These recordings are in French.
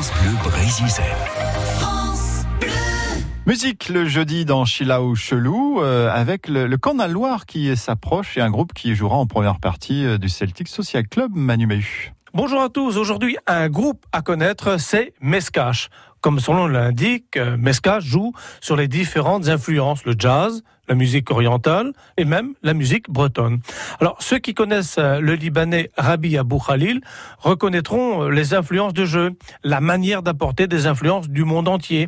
France Bleu Brésil. Musique le jeudi dans Chilaou Chelou avec le Canal Loire qui s'approche et un groupe qui jouera en première partie du Celtic Social Club, Manu Mehu. Bonjour à tous, aujourd'hui un groupe à connaître, c'est Mescash. Comme son nom l'indique, Mescash joue sur les différentes influences, le jazz, la musique orientale et même la musique bretonne. Alors ceux qui connaissent le Libanais Rabbi Abou Khalil reconnaîtront les influences de jeu, la manière d'apporter des influences du monde entier.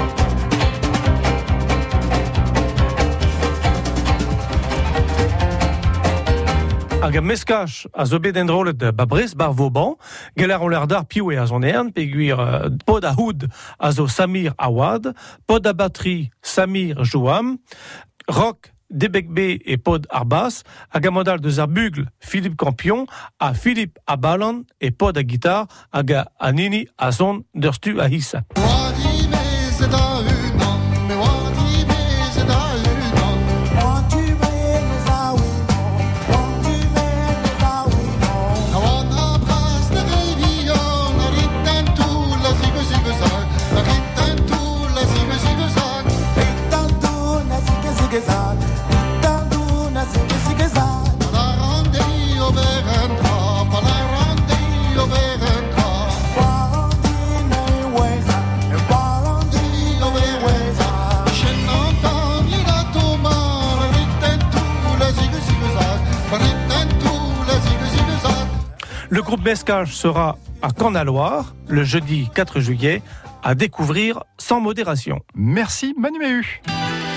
Hag Mescash a zo bet endrolet babrez bar Vauban, geler on l'ar d'ar piou e a zon ern, peguir pod a houd a zo Samir Awad, pod a batterie Samir Jouam, rock Debekbe et pod Arbas, hag a modal deus ar bugl Philippe Campion, a Philippe a balan et pod a guitare hag a nini a zon d'ur stu a hissa. Le groupe Mescash sera à Canal Loire le jeudi 4 juillet à découvrir sans modération. Merci Manu Mehu.